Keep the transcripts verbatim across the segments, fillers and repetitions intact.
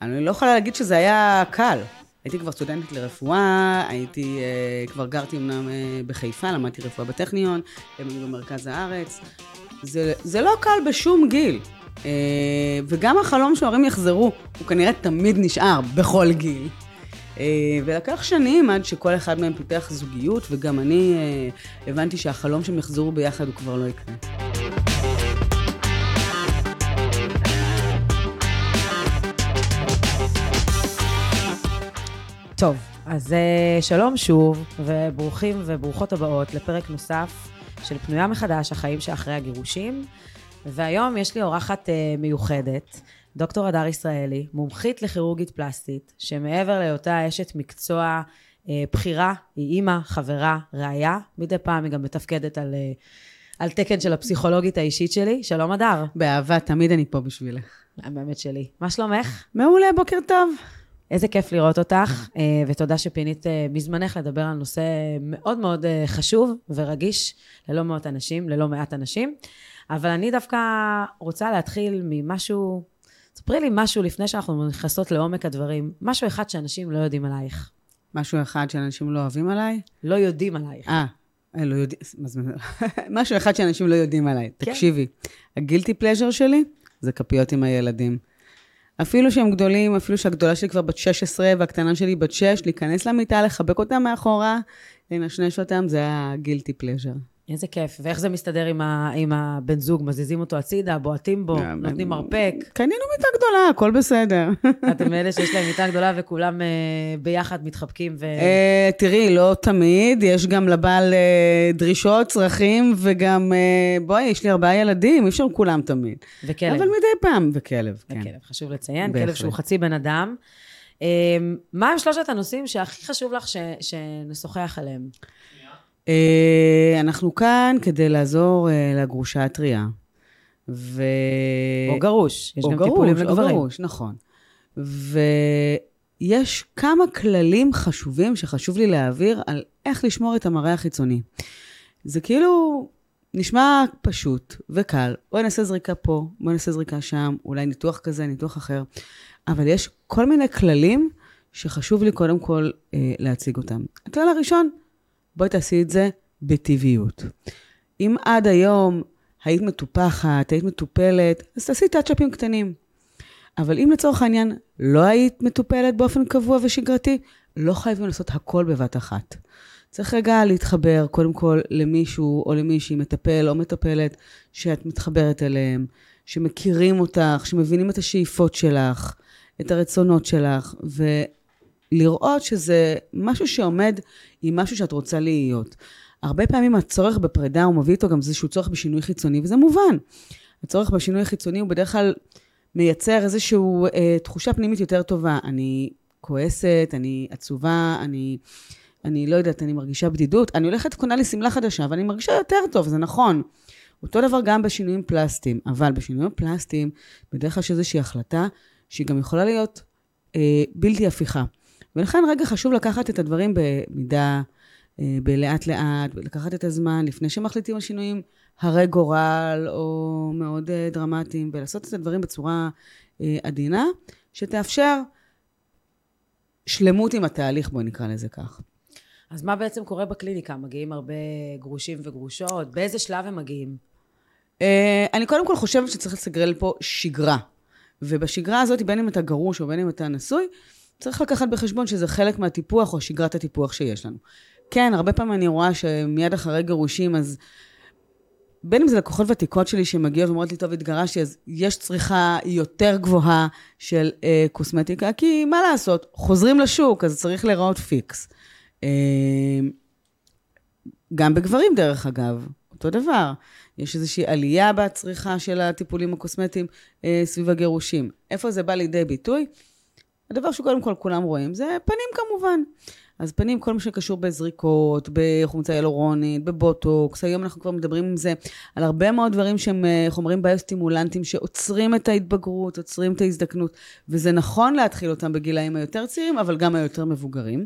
אני לא יכולה להגיד שזה היה קל. הייתי כבר סטודנטית לרפואה, הייתי, uh, כבר גרתי אמנם uh, בחיפה, למדתי רפואה בטכניון, במרכז הארץ. זה, זה לא קל בשום גיל. Uh, וגם החלום שההורים יחזרו, הוא כנראה תמיד נשאר בכל גיל. Uh, ולקח שנים עד שכל אחד מהם פיתח זוגיות, וגם אני uh, הבנתי שהחלום שהם יחזרו ביחד הוא כבר לא יקרה. טוב, אז שלום שוב, וברוכים וברוכות הבאות לפרק נוסף של פנויה מחדש, החיים שאחרי הגירושים. והיום יש לי אורחת מיוחדת, דוקטור הדר ישראלי, מומחית לכירורגית פלסטית, שמעבר להיותה אשת מקצוע בחירה, היא אימא, חברה, ראיה. מדי פעם היא גם מתפקדת על, על תקן של הפסיכולוגית האישית שלי. שלום הדר. באהבה, תמיד אני פה בשבילך. באמת שלי. מה שלומך? מעולה, בוקר טוב. איזה כיף לראות אותך, ותודה שפינית מזמנך לדבר על נושא מאוד מאוד חשוב ורגיש ללא מעט אנשים, ללא מעט אנשים. אבל אני דווקא רוצה להתחיל ממשהו, ספרי לי משהו לפני שאנחנו נכנסות לעומק הדברים, משהו אחד שאנשים לא יודעים עלייך. משהו אחד שאנשים לא אוהבים עליי? לא יודעים עלייך. אה, לא יודעים, משהו אחד שאנשים לא יודעים עליי. תקשיבי, הגילטי פלז'ר שלי זה כפיות עם הילדים. אפילו שהם גדולים, אפילו שהגדולה שלי כבר בת שש עשרה, והקטנה שלי בת שש, להיכנס למיטה, לחבק אותם מאחורה, לנשנש אותם, זה היה גילטי פלז'ר. איזה כיף. ואיך זה מסתדר עם, ה, עם הבן זוג? מזיזים אותו הצידה, בועטים בו, נותנים מרפק? קנינו מיטה גדולה, הכל בסדר. אתם אלה שיש להם מיטה גדולה וכולם ביחד מתחבקים ו... תראי, לא תמיד, יש גם לבעל דרישות, צרכים, וגם, בואי, יש לי ארבעה ילדים, אי אפשר כולם תמיד. וכלב. אבל מדי פעם, וכלב, כן. וכלב, חשוב לציין, כלב שהוא חצי בן אדם. מה הם שלושת הנושאים שהכי חשוב לך שנשוחח עליהם? אנחנו כאן כדי לעזור לגרושה הטריה. ו... או גרוש, יש או גם גרוש, טיפולים לגברים. או גרוש, נכון. ויש כמה כללים חשובים שחשוב לי להעביר על איך לשמור את המראה החיצוני. זה כאילו נשמע פשוט וקל. בואי נעשה זריקה פה, בואי נעשה זריקה שם, אולי ניתוח כזה, ניתוח אחר. אבל יש כל מיני כללים שחשוב לי קודם כל אה, להציג אותם. הכלל הראשון, בואי תעשי את זה בטבעיות. אם עד היום היית מטופחת, היית מטופלת, אז תעשי טאצ'אפים קטנים. אבל אם לצורך העניין לא היית מטופלת באופן קבוע ושגרתי, לא חייבים לעשות הכל בבת אחת. צריך רגע להתחבר קודם כל למישהו או למישהי מטפל או מטפלת שאת מתחברת אליהם, שמכירים אותך, שמבינים את השאיפות שלך, את הרצונות שלך, ולראות שזה משהו שעומד עם משהו שאת רוצה להיות. הרבה פעמים הצורך בפרידה הוא מביא איתו גם איזשהו צורך בשינוי חיצוני, וזה מובן. הצורך בשינוי חיצוני הוא בדרך כלל מייצר איזושהי אה, תחושה פנימית יותר טובה. אני כועסת, אני עצובה, אני, אני לא יודעת, אני מרגישה בדידות. אני הולכת קונה לי סמלה חדשה, ואני מרגישה יותר טוב, זה נכון. אותו דבר גם בשינויים פלסטיים, אבל בשינויים פלסטיים, בדרך כלל יש איזושהי החלטה, שהיא גם יכולה להיות אה, בלתי הפיכה. ולכן רגע חשוב לקחת את הדברים במידה, אה, בלאט לאט, לקחת את הזמן, לפני שמחליטים על שינויים הרי גורל, או מאוד אה, דרמטיים, ולעשות את הדברים בצורה אה, עדינה, שתאפשר שלמות עם התהליך, בואי נקרא לזה כך. אז מה בעצם קורה בקליניקה? מגיעים הרבה גרושים וגרושות? באיזה שלב הם מגיעים? אה, אני קודם כל חושבת שצריך לסגרל פה שגרה. ובשגרה הזאת, בין אם אתה גרוש או בין אם אתה נשוי, צריך לקחת בחשבון שזה חלק מהטיפוח או שגרת הטיפוח שיש לנו. כן, הרבה פעמים אני רואה שמיד אחרי גירושים, אז בין אם זה לקוחות ותיקות שלי שמגיעות ואומרות לי, טוב, התגרשתי, אז יש צריכה יותר גבוהה של אה, קוסמטיקה, כי מה לעשות? חוזרים לשוק, אז צריך להיראות פיקס. אה, גם בגברים דרך אגב, אותו דבר. יש איזושהי עלייה בצריכה של הטיפולים הקוסמטיים אה, סביב הגירושים. איפה זה בא לידי ביטוי? הדבר שקודם כל כולם רואים זה פנים כמובן. אז פנים, כל מה שקשור בזריקות, בחומצה ילורונית, בבוטוקס, היום אנחנו כבר מדברים עם זה, על הרבה מאוד דברים שהם חומרים ביוסטימולנטיים, שעוצרים את ההתבגרות, עוצרים את ההזדקנות, וזה נכון להתחיל אותם בגילאים היותר צעירים, אבל גם היותר מבוגרים.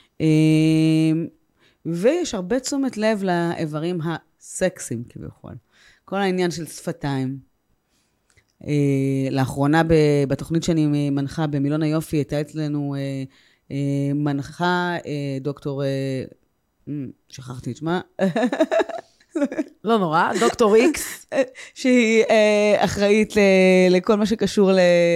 ויש הרבה תשומת לב לאיברים הסקסיים כביכול. כל העניין של שפתיים. לאחרונה בתוכנית שאני מנחה במילון היופי, הייתה אצלנו מנחה דוקטור, שכחתי את שמה, לא נורא, דוקטור איקס. שהיא אחראית לכל מה שקשור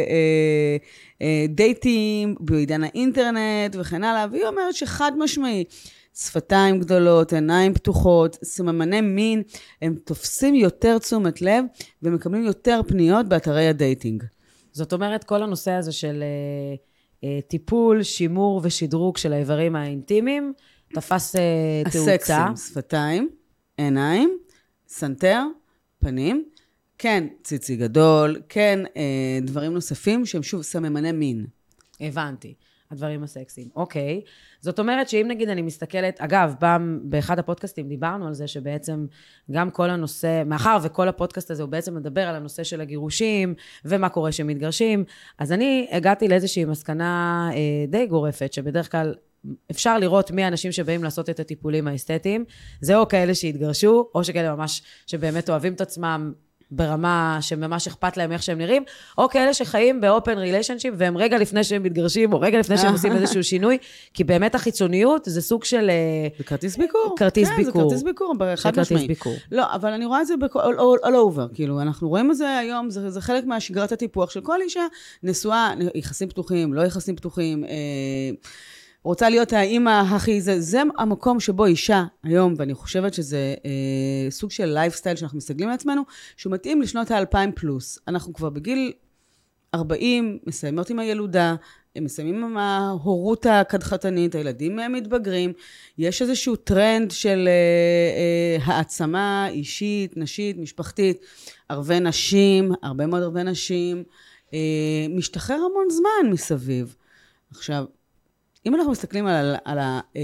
לדייטים, בעידן האינטרנט וכן הלאה, והיא אומרת שחד משמעי, שפתיים גדולות, עיניים פתוחות, סממני מין, הם תופסים יותר תשומת לב, ומקבלים יותר פניות באתרי הדייטינג. זאת אומרת, כל הנושא הזה של uh, uh, טיפול, שימור ושדרוג של האיברים האינטימיים, תפס uh, תאוצה. הסקסים, שפתיים, עיניים, סנטר, פנים, כן, ציצי גדול, כן, אה, דברים נוספים שהם שוב סממני מין. הבנתי. הדברים הסקסיים. אוקיי. זאת אומרת שאם נגיד אני מסתכלת, אגב, פעם באחד הפודקאסטים דיברנו על זה שבעצם גם כל הנושא, מאחר וכל הפודקאסט הזה הוא בעצם מדבר על הנושא של הגירושים, ומה קורה שמתגרשים, אז אני הגעתי לאיזושהי מסקנה אה, די גורפת, שבדרך כלל אפשר לראות מי האנשים שבאים לעשות את הטיפולים האסתטיים, זה או כאלה שהתגרשו, או שכאלה ממש שבאמת אוהבים את עצמם, ברמה שממש אכפת להם איך שהם נראים, או כאלה שחיים באופן ריליישנשיפ, והם רגע לפני שהם מתגרשים, או רגע לפני שהם עושים איזשהו שינוי, כי באמת החיצוניות זה סוג של... זה כרטיס ביקור. כרטיס כן, ביקור. זה כרטיס ביקור, חד משמעי. לא, אבל אני רואה את זה all over, כאילו, אנחנו רואים את זה היום, זה, זה חלק מהשגרת הטיפוח של כל אישה, נשואה, יחסים פתוחים, לא יחסים פתוחים, אה, רוצה להיות האמא הכי, זה, זה המקום שבו אישה היום, ואני חושבת שזה אה, סוג של לייפסטייל שאנחנו מסתגלים לעצמנו, שהוא מתאים לשנות האלפיים פלוס. אנחנו כבר בגיל ארבעים, מסיימות עם הילודה, מסיימים עם ההורות הקדחתנית, הילדים מתבגרים, יש איזשהו טרנד של אה, אה, העצמה אישית, נשית, משפחתית, הרבה נשים, הרבה מאוד הרבה נשים, אה, משתחרר המון זמן מסביב. עכשיו, אם אנחנו מסתכלים על, על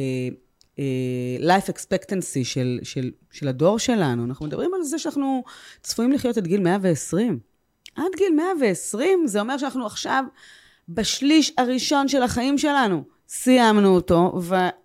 ה-life expectancy של, של, של הדור שלנו, אנחנו מדברים על זה שאנחנו צפויים לחיות עד גיל מאה ועשרים. עד גיל מאה ועשרים, זה אומר שאנחנו עכשיו בשליש הראשון של החיים שלנו. סיימנו אותו,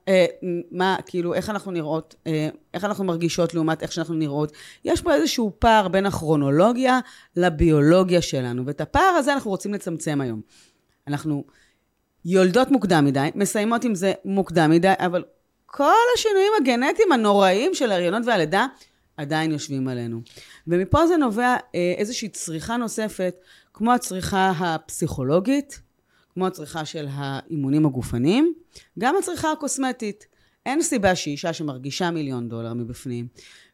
ומה, כאילו, איך אנחנו נראות, איך אנחנו מרגישות לעומת איך שאנחנו נראות. יש פה איזשהו פער בין הכרונולוגיה לביולוגיה שלנו, ואת הפער הזה אנחנו רוצים לצמצם היום. אנחנו... יולדות מוקדם מדי, מסיימות עם זה מוקדם מדי, אבל כל השינויים הגנטיים הנוראיים של ההריונות והלידה עדיין יושבים עלינו. ומפה זה נובע איזושהי צריכה נוספת, כמו הצריכה הפסיכולוגית, כמו הצריכה של האימונים הגופניים, גם הצריכה הקוסמטית. אין סיבה שאישה שמרגישה מיליון דולר מבפנים,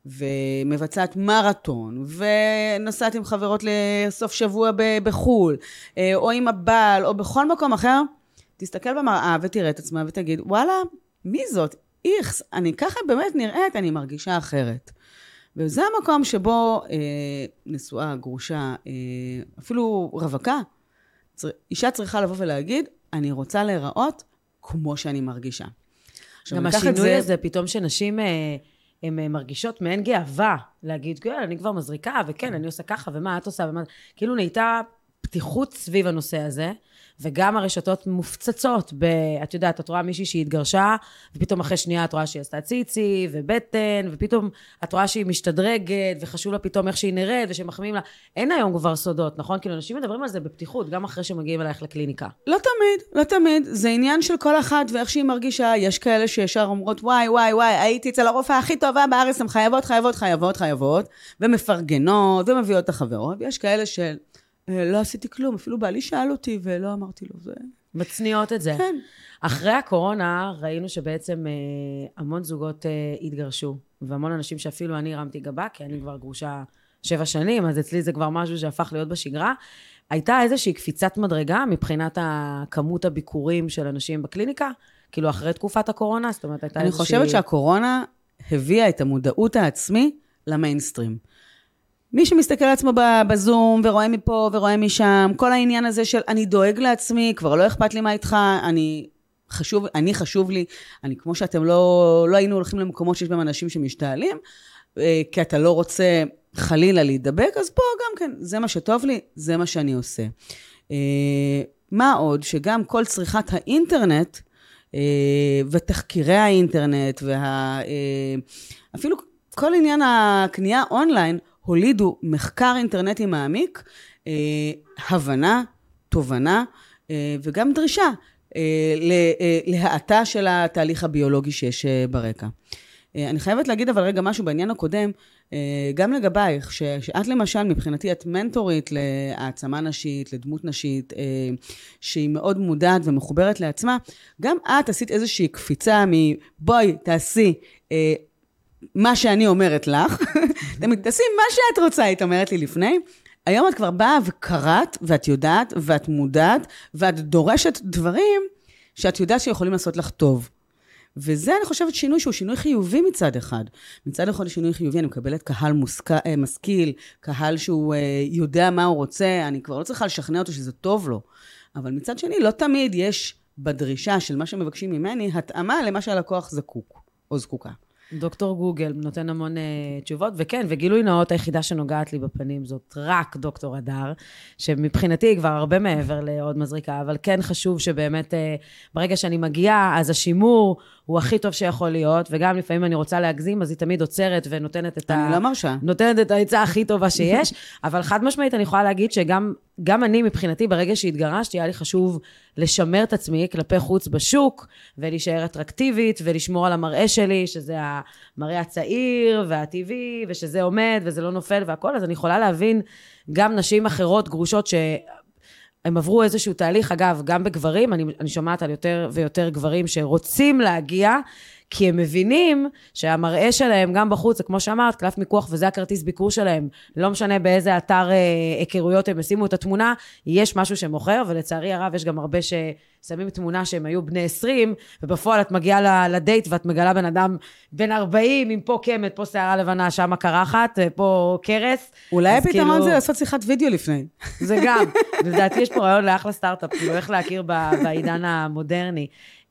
ומבצעת מרתון, ונוסעת עם חברות לסוף שבוע בחול, או עם הבעל, או בכל מקום אחר, תסתכל במראה ותראה את עצמה ותגיד, וואלה, מי זאת? איכס, אני ככה באמת נראית, אני מרגישה אחרת. וזה המקום שבו אה, נשואה, גרושה, אה, אפילו רווקה, צר... אישה צריכה לבוא ולהגיד, אני רוצה להיראות כמו שאני מרגישה. גם השינוי זה... הזה, פתאום שנשים... אה... הן מרגישות מעין גאווה, להגיד, כן, אני כבר מזריקה, וכן, אני עושה ככה, ומה את עושה, ומה... כאילו נהייתה פתיחות סביב הנושא הזה, וגם הרשתות מופצצות, ב... את יודעת, את רואה מישהי שהיא התגרשה, ופתאום אחרי שנייה את רואה שהיא עשתה ציצי, ובטן, ופתאום את רואה שהיא משתדרגת, וחשוב לה פתאום איך שהיא נראית, ושמחמים לה. אין היום כבר סודות, נכון? כאילו, אנשים מדברים על זה בפתיחות, גם אחרי שמגיעים אלייך לקליניקה. לא תמיד, לא תמיד. זה עניין של כל אחת, ואיך שהיא מרגישה. יש כאלה שישר אומרות, וואי, וואי, וואי, הייתי אצל הרופאה הכי טובה בארץ, הן חייבות, חייבות, חייבות, חייבות, ומפרגנות, ומביאות את החברות. ויש כאלה של לא עשיתי כלום, אפילו בעלי שאל אותי ולא אמרתי לו, זה... מצניעות את זה. כן. אחרי הקורונה ראינו שבעצם אה, המון זוגות אה, התגרשו, והמון אנשים שאפילו אני הרמתי גבה, כי אני כבר גרושה שבע שנים, אז אצלי זה כבר משהו שהפך להיות בשגרה. הייתה איזושהי קפיצת מדרגה מבחינת כמות הביקורים של אנשים בקליניקה, כאילו אחרי תקופת הקורונה, זאת אומרת, הייתה אני איזושהי... חושבת שהקורונה הביאה את המודעות העצמי למיינסטרים. מי שמסתכל על עצמו בזום, ורואה מפה ורואה משם, כל העניין הזה של אני דואג לעצמי, כבר לא אכפת לי מה איתך, אני חשוב, אני חשוב לי, אני כמו שאתם לא, לא היינו הולכים למקומות שיש בהם אנשים שמשתעלים, כי אתה לא רוצה חלילה להידבק, אז פה גם כן, זה מה שטוב לי, זה מה שאני עושה. מה עוד? שגם כל צריכת האינטרנט, ותחקירי האינטרנט, ואפילו כל עניין הקנייה אונליין, הולידו מחקר אינטרנטי מעמיק, הבנה, תובנה, וגם דרישה להאטה של התהליך הביולוגי שיש ברקע. אני חייבת להגיד אבל רגע משהו בעניין הקודם, גם לגבייך, שאת למשל מבחינתי את מנטורית להעצמה נשית, לדמות נשית, שהיא מאוד מודעת ומחוברת לעצמה, גם את עשית איזושהי קפיצה מבואי תעשי מה שאני אומרת לך, תמיד תעשי מה שאת רוצה, היית אומרת לי לפני, היום את כבר באה וקראת, ואת יודעת, ואת מודעת, ואת דורשת דברים שאת יודעת שיכולים לעשות לך טוב. וזה אני חושבת שינוי שהוא שינוי חיובי מצד אחד. מצד אחד שינוי חיובי, אני מקבלת קהל מוסק, משכיל, קהל שהוא יודע מה הוא רוצה, אני כבר לא צריכה לשכנע אותו שזה טוב לו. אבל מצד שני, לא תמיד יש בדרישה של מה שמבקשים ממני, התאמה למה שהלקוח זקוק או זקוקה. דוקטור גוגל נותן המון uh, תשובות, וכן, וגילוי נאות היחידה שנוגעת לי בפנים, זאת רק דוקטור הדר, שמבחינתי היא כבר הרבה מעבר לעוד מזריקה, אבל כן חשוב שבאמת, uh, ברגע שאני מגיעה, אז השימור הוא הכי טוב שיכול להיות, וגם לפעמים אני רוצה להגזים, אז היא תמיד עוצרת ונותנת את ה... אני לא מרשה. נותנת את העצה הכי טובה שיש, אבל חד משמעית אני יכולה להגיד שגם גם אני מבחינתי, ברגע שהתגרשתי, היה לי חשוב לשמר את עצמי כלפי חוץ בשוק, ולהישאר אטרקטיבית, ולשמור על המראה שלי, שזה המראה הצעיר והטבעי, ושזה עומד, וזה לא נופל והכל, אז אני יכולה להבין גם נשים אחרות, גרושות, שהם עברו איזשהו תהליך, אגב, גם בגברים, אני, אני שומעת על יותר ויותר גברים שרוצים להגיע, כי הם מבינים שהמראה שלהם גם בחוץ, זה כמו שאמרת, קלף מיקוח, וזה הכרטיס ביקור שלהם. לא משנה באיזה אתר היכרויות הם ישימו את התמונה, יש משהו שמוכר, ולצערי הרב יש גם הרבה ששמים תמונה שהם היו בני עשרים, ובפועל את מגיעה לדייט, ואת מגלה בן אדם בן ארבעים, עם פה קמת, פה שערה לבנה, שם קרחת, פה קרס. אולי הפתרון כאילו... זה לעשות שיחת וידאו לפני. זה גם. לדעתי יש פה רעיון לאחלה סטארט-אפ, כאילו איך להכיר בעידן המודרני.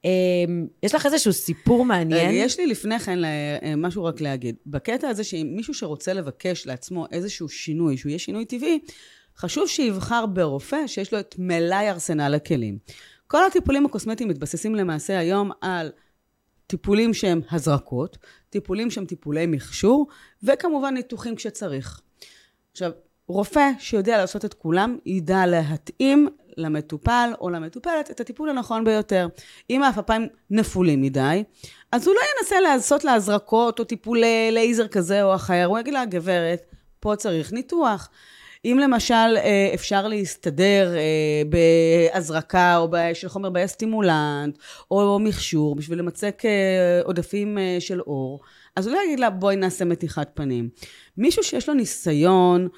יש לך איזשהו סיפור מעניין? יש לי לפני כן משהו רק להגיד. בקטע הזה שמישהו שרוצה לבקש לעצמו איזשהו שינוי, שהוא יהיה שינוי טבעי, חשוב שיבחר ברופא שיש לו את מלאי ארסנל הכלים. כל הטיפולים הקוסמטיים מתבססים למעשה היום על טיפולים שהם הזרקות, טיפולים שהם טיפולי מכשור, וכמובן ניתוחים כשצריך. עכשיו, רופא שיודע לעשות את כולם, ידע להתאים למטופל או למטופלת את הטיפול הנכון ביותר. אם האפיים נפולים מדי, אז הוא לא ינסה לעשות להזרקות או טיפול לייזר כזה או אחר, הוא יגיד לה, גברת, פה צריך ניתוח. אם למשל אפשר להסתדר בהזרקה או של חומר באסטימולנט או מכשור בשביל למצק עודפים של אור, אז הוא לא יגיד לה, בואי נעשה מתיחת פנים. מישהו שיש לו ניסיון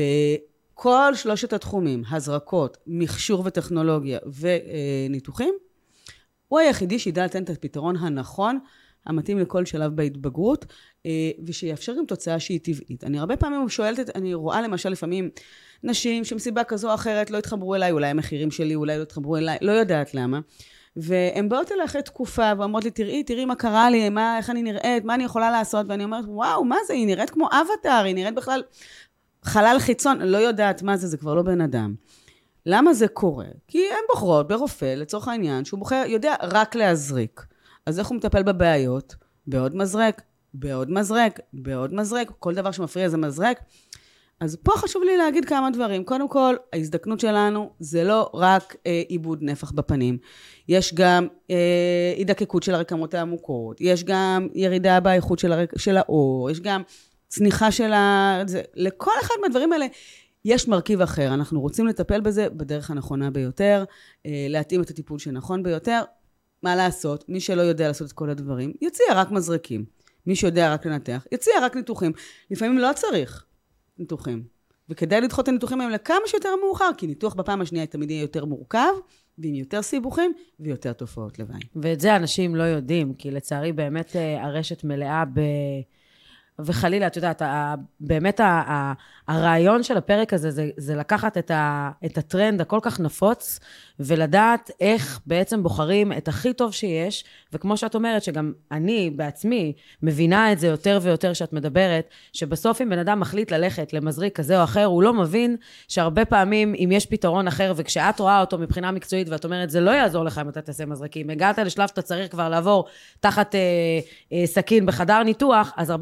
בכל שלושת התחומים, הזרקות, מכשור וטכנולוגיה וניתוחים, הוא היחידי שידע לתת את הפתרון הנכון, המתאים לכל שלב בהתבגרות, ושיאפשר גם תוצאה שהיא טבעית. אני הרבה פעמים שואלת, אני רואה למשל לפעמים נשים שמסיבה כזו או אחרת לא התחברו אליי, אולי המחירים שלי, אולי לא התחברו אליי, לא יודעת למה. והן באות אליי אחרי תקופה, ואומרות לי, תראי, תראי מה קרה לי, מה, איך אני נראית, מה אני יכולה לעשות, ואני אומרת, וואו, מה זה? היא נראית כמו אבטר, היא נראית בכלל חלל חיצון, לא יודעת מה זה, זה כבר לא בן אדם. למה זה קורה? כי הן בוחרות ברופא, לצורך העניין, שהוא בוחר, יודע רק להזריק. אז איך הוא מטפל בבעיות? בעוד מזרק, בעוד מזרק, בעוד מזרק, כל דבר שמפריע זה מזרק. אז פה חשוב לי להגיד כמה דברים. קודם כל, ההזדקנות שלנו זה לא רק אה, עיבוד נפח בפנים. יש גם אה, הידקקות של הרקמות העמוקות, יש גם ירידה באיכות של, הרק... של האור, יש גם צניחה של ה... זה... לכל אחד מהדברים האלה יש מרכיב אחר. אנחנו רוצים לטפל בזה בדרך הנכונה ביותר, אה, להתאים את הטיפול שנכון ביותר. מה לעשות? מי שלא יודע לעשות את כל הדברים, יציע רק מזרקים. מי שיודע רק לנתח, יציע רק ניתוחים. לפעמים לא צריך ניתוחים. וכדאי לדחות את הניתוחים האלה לכמה שיותר מאוחר, כי ניתוח בפעם השנייה תמיד יהיה יותר מורכב, ועם יותר סיבוכים ויותר תופעות לוואי. ואת זה אנשים לא יודעים, כי לצערי באמת הרשת מלאה ב... וחלילה, את יודעת, באמת הרעיון של הפרק הזה, זה, זה לקחת את, ה, את הטרנד הכל כך נפוץ, ולדעת איך בעצם בוחרים את הכי טוב שיש, וכמו שאת אומרת, שגם אני בעצמי מבינה את זה יותר ויותר שאת מדברת, שבסוף אם בן אדם מחליט ללכת למזריק כזה או אחר, הוא לא מבין שהרבה פעמים אם יש פתרון אחר, וכשאת רואה אותו מבחינה מקצועית, ואת אומרת, זה לא יעזור לך אם אתה תעשה מזריקים, הגעת לשלב שאתה צריך כבר לעבור תחת אה, אה, סכין בחדר ניתוח, אז הרבה פעמים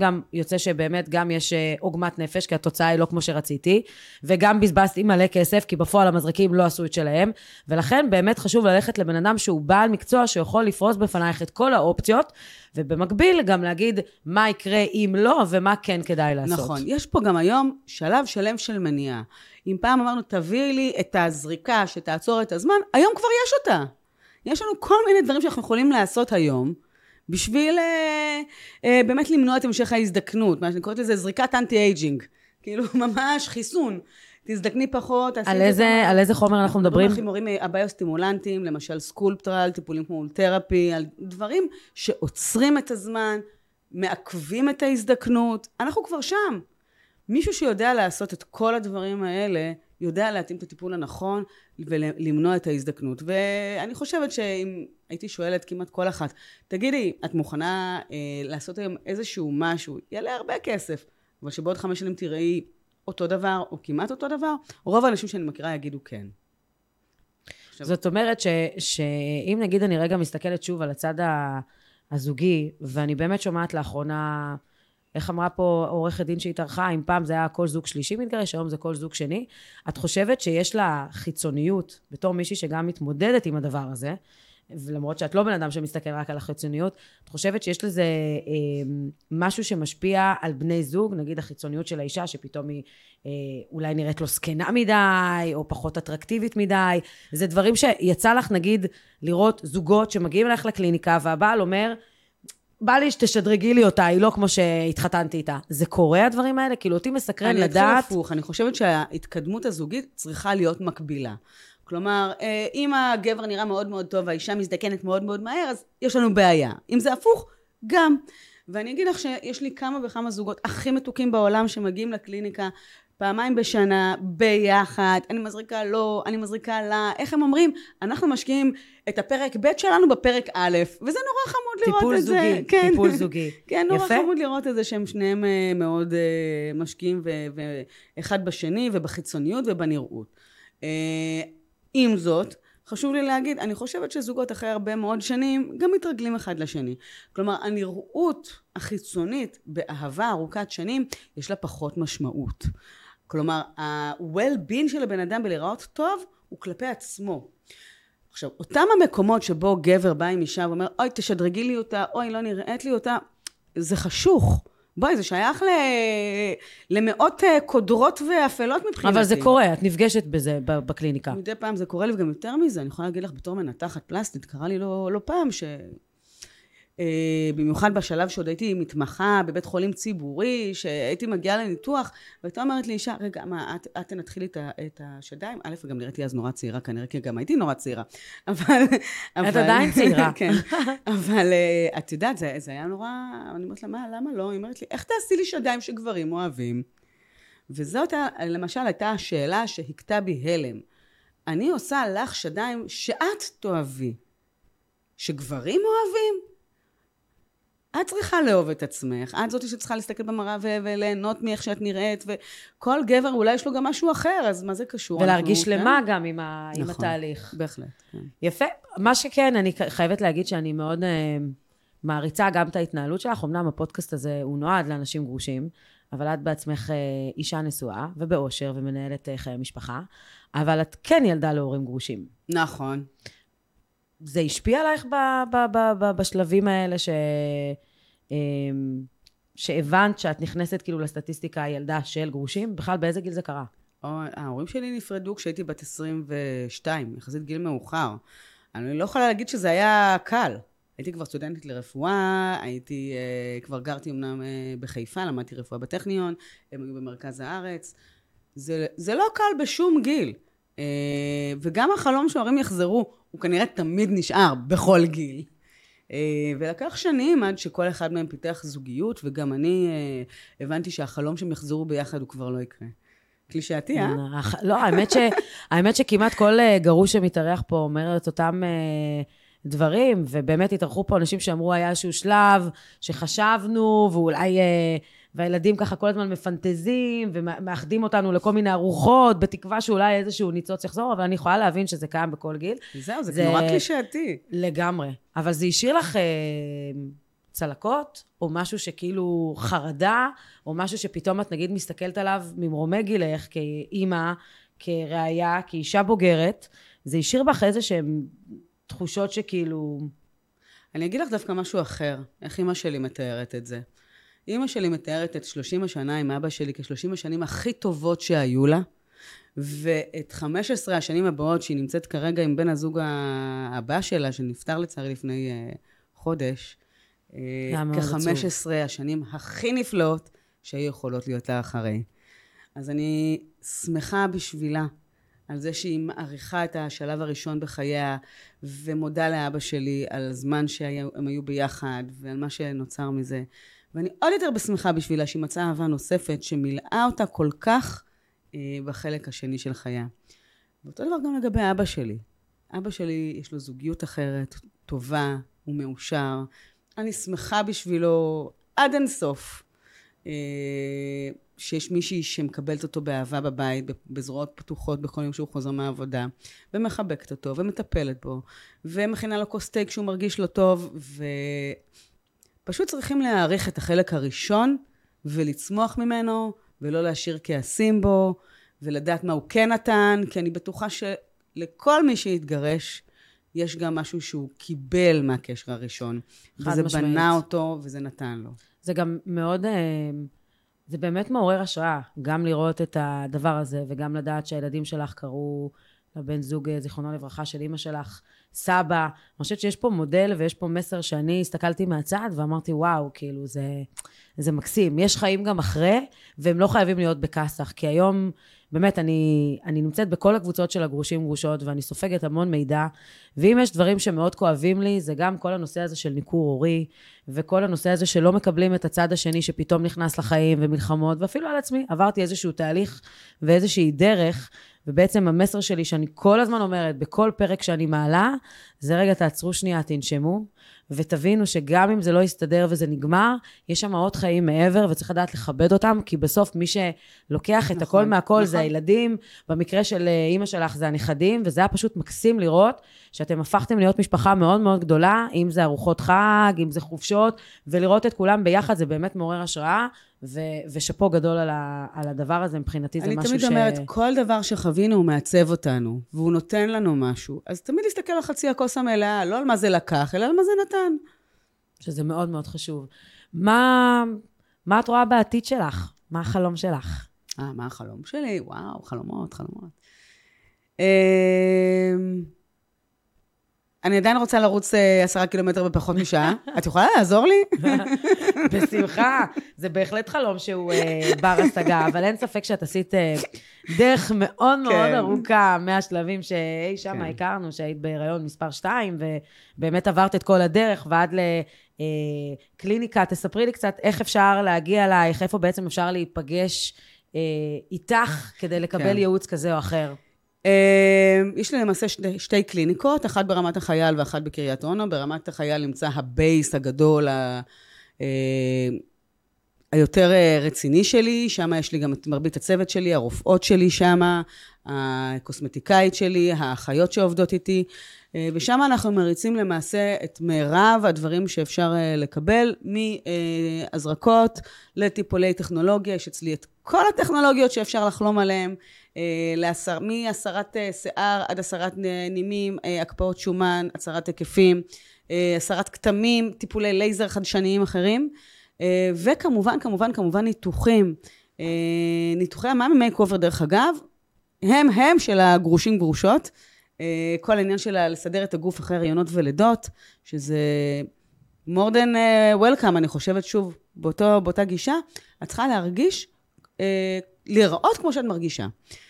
גם יוצא שבאמת גם יש עוגמת נפש, כי התוצאה היא לא כמו שרציתי, וגם בזבזתי מלא כסף, כי בפועל המזריקים לא עשו את שלהם, ולכן באמת חשוב ללכת לבן אדם שהוא בעל מקצוע, שיכול לפרוס בפנייך את כל האופציות, ובמקביל גם להגיד מה יקרה אם לא, ומה כן כדאי לעשות. נכון, יש פה גם היום שלב שלם של מניעה. אם פעם אמרנו, תביאי לי את הזריקה שתעצור את הזמן, היום כבר יש אותה. יש לנו כל מיני דברים שאנחנו יכולים לעשות היום, בשביל אה, אה, באמת למנוע את המשך ההזדקנות, מה שאני קוראת לזה זריקת אנטי-אייג'ינג, כאילו ממש חיסון, תזדקני פחות. על איזה, על איזה חומר אנחנו מדברים? אנחנו מדברים על הביוסטימולנטים, למשל סקולפטרל, טיפולים כמו תרפי, על דברים שעוצרים את הזמן, מעכבים את ההזדקנות, אנחנו כבר שם. מישהו שיודע לעשות את כל הדברים האלה, יודע להתאים את הטיפול הנכון ולמנוע את ההזדקנות. ואני חושבת שאם הייתי שואלת כמעט כל אחת, תגידי, את מוכנה אה, לעשות היום איזשהו משהו, יעלה הרבה כסף, אבל שבעוד חמש שנים תראי אותו דבר או כמעט אותו דבר, רוב האנשים שאני מכירה יגידו כן. עכשיו... זאת אומרת ש, שאם נגיד אני רגע מסתכלת שוב על הצד הזוגי, ואני באמת שומעת לאחרונה... איך אמרה פה עורכת דין שהתארחה, אם פעם זה היה כל זוג שלישי מתגרש, היום זה כל זוג שני, את חושבת שיש לה חיצוניות, בתור מישהי שגם מתמודדת עם הדבר הזה, ולמרות שאת לא בן אדם שמסתכל רק על החיצוניות, את חושבת שיש לזה אה, משהו שמשפיע על בני זוג, נגיד החיצוניות של האישה, שפתאום היא אה, אולי נראית לו סקנה מדי, או פחות אטרקטיבית מדי, זה דברים שיצא לך נגיד לראות זוגות שמגיעים אליך לקליניקה, והבעל אומר, בא לי שתשדרגי לי אותה, היא לא כמו שהתחתנתי איתה. זה קורה הדברים האלה? כאילו אותי מסקרן לדעת... אני אתחיל הפוך, אני חושבת שההתקדמות הזוגית צריכה להיות מקבילה. כלומר, אם הגבר נראה מאוד מאוד טוב, והאישה מזדקנת מאוד מאוד מהר, אז יש לנו בעיה. אם זה הפוך, גם. ואני אגיד לך שיש לי כמה וכמה זוגות הכי מתוקים בעולם שמגיעים לקליניקה, פעמיים בשנה, ביחד, אני מזריקה לא, אני מזריקה לה, איך הם אומרים? אנחנו משקיעים את הפרק ב' שלנו בפרק א', וזה נורא חמוד לראות את זה. טיפול זוגי, כן. טיפול זוגי. כן, נורא יפה? חמוד לראות את זה שהם שניהם מאוד משקיעים, ואחד בשני, ובחיצוניות ובנראות. עם זאת, חשוב לי להגיד, אני חושבת שזוגות אחרי הרבה מאוד שנים, גם מתרגלים אחד לשני. כלומר, הנראות החיצונית באהבה ארוכת שנים, יש לה פחות משמעות. כלומר, ה-well-being של הבן אדם בלראות טוב, הוא כלפי עצמו. עכשיו, אותם המקומות שבו גבר בא עם אישה ואומר, אוי, תשדרגי לי אותה, אוי, לא נראית לי אותה, זה חשוך. בואי, זה שייך ל... למאות קודרות ואפלות מבחינתי. אבל זה קורה, את נפגשת בזה בקליניקה. מדי פעם זה קורה לי, וגם יותר מזה, אני יכולה להגיד לך בתור מנתחת פלסטית, קרה לי לא, לא פעם ש... במיוחד בשלב שעוד הייתי מתמחה בבית חולים ציבורי, שהייתי מגיעה לניתוח, והייתה אומרת לי אישה, רגע, מה, את, את תנתחי לי את השדיים? א', וגם נראיתי אז נורא צעירה, כנראה, כי גם הייתי נורא צעירה. אבל... את עדיין צעירה. כן. אבל את יודעת, זה, זה היה נורא... אני אומרת לה, מה, למה לא? היא אומרת לי, איך תעשי לי שדיים שגברים אוהבים? וזאת, למשל, הייתה השאלה שהכתה בי הלם. אני עושה לך שדיים שאת תאהבי. שגברים אוהבים? את צריכה לאהוב את עצמך, את זאתי שצריכה להסתכל במראה וליהנות מאיך שאת נראית, וכל גבר אולי יש לו גם משהו אחר, אז מה זה קשור? ולהרגיש למה גם עם התהליך. בהחלט. יפה. מה שכן, אני חייבת להגיד שאני מאוד מעריצה גם את ההתנהלות שלך, אמנם הפודקאסט הזה הוא נועד לאנשים גרושים, אבל את בעצמך אישה נשואה, ובאושר, ומנהלת חיי משפחה, אבל את כן ילדה להורים גרושים. נכון. זה השפיע עלייך ב- ב- ב- ב- בשלבים האלה ש... שהבנת שאת נכנסת כאילו לסטטיסטיקה הילדה של גרושים? בכלל באיזה גיל זה קרה? ההורים שלי נפרדו כשהייתי בת עשרים ושתיים, יחסית גיל מאוחר. אני לא יכולה להגיד שזה היה קל. הייתי כבר סטודנטית לרפואה, הייתי, כבר גרתי אמנם בחיפה, למדתי רפואה בטכניון, הם היו במרכז הארץ. זה, זה לא קל בשום גיל. וגם החלום שההורים יחזרו, הוא כנראה תמיד נשאר בכל גיל. ולקח שנים עד שכל אחד מהם פיתח זוגיות, וגם אני הבנתי שהחלום שהם יחזרו ביחד הוא כבר לא יקרה. קלישאתי, אה? לא, האמת ש, האמת שכמעט כל גרוש שמתארח פה אומר את אותם דברים, ובאמת התארחו פה אנשים שאמרו היה איזשהו שלב שחשבנו, ואולי... והילדים ככה כל הזמן מפנטזים, ומאחדים אותנו לכל מיני ארוחות, בתקווה שאולי איזשהו ניצוץ יחזור, אבל אני יכולה להבין שזה קיים בכל גיל. זהו, זה, זה נורא קלישאתי. לגמרי. אבל זה השאיר לך אה, צלקות, או משהו שכאילו חרדה, או משהו שפתאום את נגיד מסתכלת עליו ממרומי גילך, כאימא, כראיה, כאישה בוגרת, זה השאיר בך איזה שהן תחושות שכאילו... אני אגיד לך דווקא משהו אחר, איך אמא שלי מתארת את זה. אמא שלי מתארת את שלושים השנה עם אבא שלי כשלושים השנים הכי טובות שהיו לה, ואת חמש עשרה השנים הבאות שהיא נמצאת כרגע עם בן הזוג הבא שלה, שנפטר לצערי לפני uh, חודש, uh, כ-חמש עשרה השנים הכי נפלאות שהיו יכולות להיות לה אחרי. אז אני שמחה בשבילה על זה שהיא מעריכה את השלב הראשון בחייה, ומודה לאבא שלי על הזמן שהם היו ביחד, ועל מה שנוצר מזה. ואני עוד יותר בשמחה בשבילה שהיא מצאה אהבה נוספת, שמילאה אותה כל כך אה, בחלק השני של חייה. ואותו דבר גם לגבי אבא שלי. אבא שלי יש לו זוגיות אחרת, טובה, הוא מאושר. אני שמחה בשבילו עד אינסוף. אה, שיש מישהי שמקבלת אותו באהבה בבית, בזרועות פתוחות בכל יום שהוא חוזר מהעבודה, ומחבקת אותו, ומטפלת בו, ומכינה לו כוס תה כשהוא מרגיש לא טוב, ופשוט צריכים להעריך את החלק הראשון, ולצמוח ממנו, ולא להשאיר כעסים בו, ולדעת מה הוא כן נתן, כי אני בטוחה שלכל מי שיתגרש, יש גם משהו שהוא קיבל מהקשר הראשון, וזה משמעית. בנה אותו, וזה נתן לו. זה גם מאוד... זה באמת מעורר השראה, גם לראות את הדבר הזה, וגם לדעת שהילדים שלך קראו לבן זוג, זיכרונו לברכה, של אמא שלך, סבא. אני חושבת שיש פה מודל ויש פה מסר שאני הסתכלתי מהצד, ואמרתי, וואו, כאילו, זה, זה מקסים. יש חיים גם אחרי, והם לא חייבים להיות בכסח, כי היום, באמת, אני, אני נמצאת בכל הקבוצות של הגרושים גרושות, ואני סופגת המון מידע, ואם יש דברים שמאוד כואבים לי, זה גם כל הנושא הזה של ניכור הורי, וכל הנושא הזה שלא מקבלים את הצד השני שפתאום נכנס לחיים ומלחמות, ואפילו על עצמי, עברתי איזשהו תהליך ואיזושהי דרך, ובעצם המסר שלי שאני כל הזמן אומרת, בכל פרק שאני מעלה, זה רגע תעצרו שנייה, תנשמו, ותבינו שגם אם זה לא יסתדר וזה נגמר, יש שם עוד חיים מעבר, וצריך לדעת לכבד אותם, כי בסוף מי שלוקח את הכל מהכל זה הילדים, במקרה של אמא שלך זה הנכדים, וזה היה פשוט מקסים לראות, שאתם הפכתם להיות משפחה מאוד מאוד גדולה, אם זה ארוחות חג, אם זה חופשות, ולראות את כולם ביחד, זה באמת מעורר השראה, ו- ושפו גדול על, ה- על הדבר הזה, מבחינתי זה משהו ש... אני תמיד אומרת, כל דבר שחווינו הוא מעצב אותנו, והוא נותן לנו משהו, אז תמיד להסתכל על חצי הכוס המלאה, לא על מה זה לקח, אלא על מה זה נתן. שזה מאוד מאוד חשוב. מה, מה את רואה בעתיד שלך? מה החלום שלך? אה, מה החלום שלי? וואו, חלומות, חלומות. אה... אני עדיין רוצה לרוץ עשרה קילומטר בפחות משעה. את יכולה לעזור לי? בשמחה. זה בהחלט חלום שהוא בר השגה, אבל אין ספק שאת עשית דרך מאוד מאוד ארוכה מהשלבים שאי שם הכרנו, שהיית בהיריון מספר שתיים, ובאמת עברת את כל הדרך, ועד לקליניקה. תספרי לי קצת איך אפשר להגיע אלייך, איפה בעצם אפשר להיפגש איתך, כדי לקבל ייעוץ כזה או אחר. יש לי למעשה שתי, שתי קליניקות, אחת ברמת החייל ואחת בקריית אונו. ברמת החייל נמצא הבייס הגדול, ה, היותר רציני שלי, שם יש לי גם את מרבית הצוות שלי, הרופאות שלי שם, הקוסמטיקאית שלי, האחיות שעובדות איתי, ושם אנחנו מריצים למעשה את מירב הדברים שאפשר לקבל, מהזרקות לטיפולי טכנולוגיה, יש אצלי את כל הטכנולוגיות שאפשר לחלום עליהן, להסר, מהסרת שיער עד הסרת נימים, הקפאות שומן, הצרת היקפים, הסרת כתמים, טיפולי לייזר חדשניים אחרים, וכמובן, כמובן, כמובן ניתוחים. ניתוחי המאמי מייק אובר דרך אגב, הם הם של הגרושים גרושות, כל העניין של לסדר את הגוף אחרי הריונות ולידות, שזה more than welcome, אני חושבת שוב, באותו, באותה גישה, את צריכה להרגיש, לראות כמו שאת מרגישה.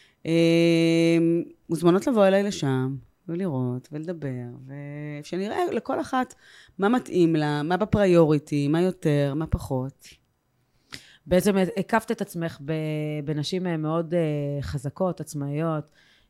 מוזמנות לבוא אליי לשם, ולראות, ולדבר, ושנראה לכל אחת מה מתאים לה, מה בפריוריטי, מה יותר, מה פחות. בעצם הקפת את עצמך בנשים מאוד חזקות, עצמאיות,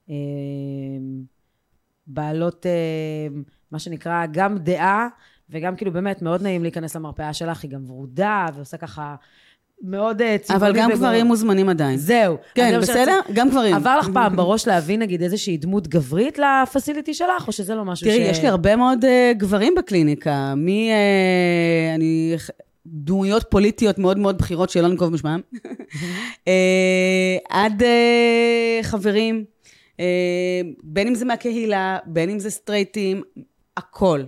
בעלות, מה שנקרא, גם דעה, וגם כאילו באמת מאוד נעים להיכנס למרפאה שלך, היא גם ורודה, ועושה ככה מאוד צבעוני. אבל גם גברים מוזמנים עדיין. זהו. כן, בסדר? גם גברים. עבר לך פעם בראש להביא, נגיד, איזושהי דמות גברית לפסיליטי שלך, או שזה לא משהו ש... תראי, יש לי הרבה מאוד גברים בקליניקה, מי... אני... דמויות פוליטיות מאוד מאוד בחירות שלא נקוב בשמם, עד חברים, בין אם זה מהקהילה, בין אם זה סטרייטים, הכל.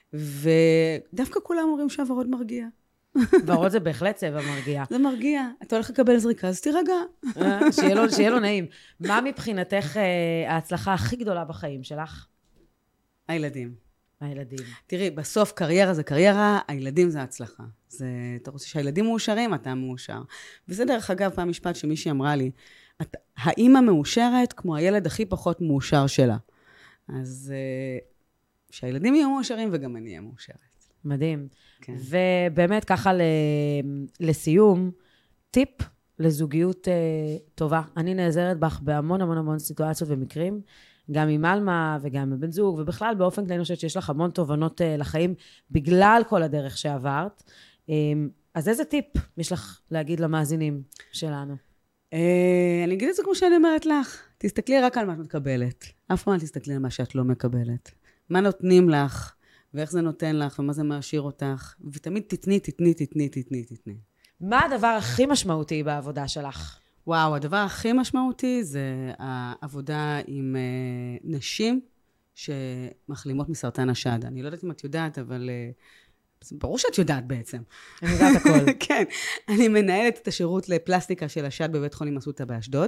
ודווקא כולם אומרים שהוורוד מרגיע. ורוד זה בהחלט צבע מרגיע. זה מרגיע. אתה הולך לקבל זריקה, אז תירגע. שיהיה לו נעים. מה מבחינתך ההצלחה הכי גדולה בחיים שלך? הילדים. הילדים. תראי, בסוף קריירה זה קריירה, הילדים זה הצלחה. זה, אתה רוצה שהילדים מאושרים, אתה מאושר. וזה דרך אגב פעם משפט שמישהי אמרה לי, האמא מאושרת כמו הילד הכי פחות מאושר שלה. אז שהילדים יהיו מאושרים וגם אני אהיה מאושרת. מדהים. כן. ובאמת ככה לסיום, טיפ לזוגיות טובה. אני נעזרת בך בהמון המון המון סיטואציות ומקרים, גם עם אלמה וגם עם בן זוג, ובכלל באופן כללי אני חושבת שיש לך המון תובנות לחיים, בגלל כל הדרך שעברת. אז איזה טיפ יש לך להגיד למאזינים שלנו? אני אגיד את זה כמו שאני אומרת לך, תסתכלי רק על מה את מקבלת. אף פעם תסתכלי על מה שאת לא מקבלת. מה נותנים לך, ואיך זה נותן לך, ומה זה מעשיר אותך, ותמיד תתני, תתני, תתני, תתני, תתני. מה הדבר הכי משמעותי בעבודה שלך? וואו, הדבר הכי משמעותי זה העבודה עם נשים שמחלימות מסרטן השד. אני לא יודעת אם את יודעת, אבל ברור שאת יודעת בעצם. אני יודעת הכל. כן, אני מנהלת את השירות לפלסטיקה של השד בבית חולים אסותא באשדוד,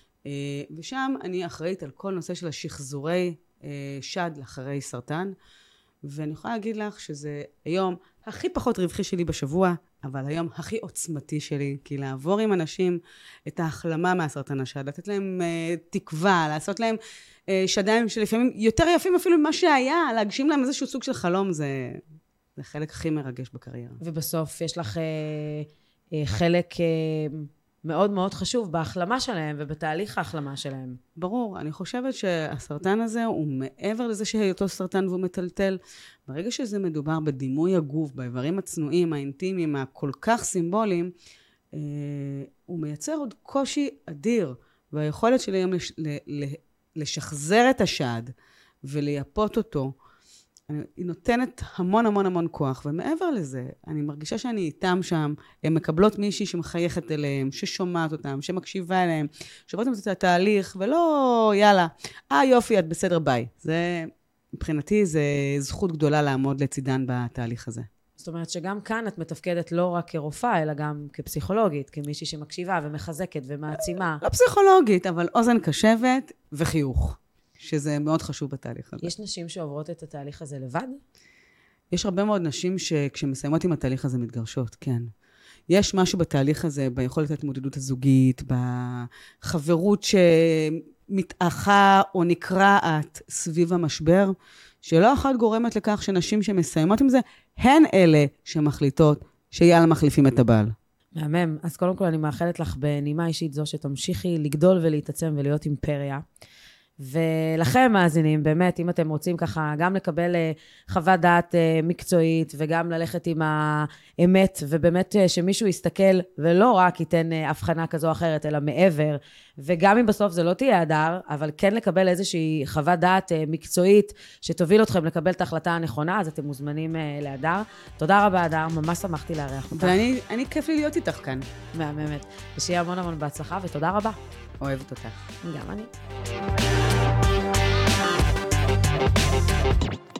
ושם אני אחראית על כל נושא של השחזורי שד לאחרי סרטן, ואני יכולה להגיד לך שזה היום הכי פחות רווחי שלי בשבוע, אבל היום הכי עוצמתי שלי, כי לעבור עם אנשים את ההחלמה מהסרטן השד, לתת להם uh, תקווה, לעשות להם uh, שדיים שלפעמים יותר יפים אפילו ממה שהיה, להגשים להם איזשהו סוג של חלום, זה, זה חלק הכי מרגש בקריירה. ובסוף יש לך uh, uh, חלק uh, מאוד מאוד חשוב בהחלמה שלהם ובתהליך ההחלמה שלהם. ברור, אני חושבת שהסרטן הזה הוא מעבר לזה שהיותו סרטן והוא מטלטל. ברגע שזה מדובר בדימוי הגוף, באיברים הצנועים, האינטימיים, הכל כך סימבוליים, אה, הוא מייצר עוד קושי אדיר. והיכולת שלי היום לש, ל, ל, לשחזר את השד ולייפות אותו, היא נותנת המון המון המון כוח, ומעבר לזה, אני מרגישה שאני איתם שם, הן מקבלות מישהי שמחייכת אליהם, ששומעת אותם, שמקשיבה אליהם, שעוברת את התהליך, ולא, יאללה, אה יופי, את בסדר, ביי. זה, מבחינתי, זה זכות גדולה לעמוד לצידן בתהליך הזה. זאת אומרת שגם כאן את מתפקדת לא רק כרופאה, אלא גם כפסיכולוגית, כמישהי שמקשיבה ומחזקת ומעצימה. לא פסיכולוגית, אבל אוזן קשבת וחיוך. שזה מאוד חשוב בתהליך הזה. יש נשים שעוברות את התהליך הזה לבד? יש הרבה מאוד נשים שכשמסיימות עם התהליך הזה מתגרשות, כן. יש משהו בתהליך הזה, ביכולת ההתמודדות הזוגית, בחברות שמתאחה או נקרעת סביב המשבר, שלא אחת גורמת לכך שנשים שמסיימות עם זה, הן אלה שמחליטות שיאללה מחליפים את הבעל. מהמם. אז קודם כל אני מאחלת לך בנימה אישית זו שתמשיכי לגדול ולהתעצם ולהיות אימפריה. ולכם מאזינים, באמת, אם אתם רוצים ככה גם לקבל חוות דעת מקצועית וגם ללכת עם האמת, ובאמת שמישהו יסתכל ולא רק ייתן הבחנה כזו או אחרת, אלא מעבר, וגם אם בסוף זה לא תהיה הדר, אבל כן לקבל איזושהי חוות דעת מקצועית שתוביל אתכם לקבל את ההחלטה הנכונה, אז אתם מוזמנים להדר. תודה רבה, הדר, ממש שמחתי לארח אותך. ואני, אני כיף לי להיות איתך כאן. מהממת. ושיהיה המון המון בהצלחה, ותודה רבה. אוהבת אותך. גם אני.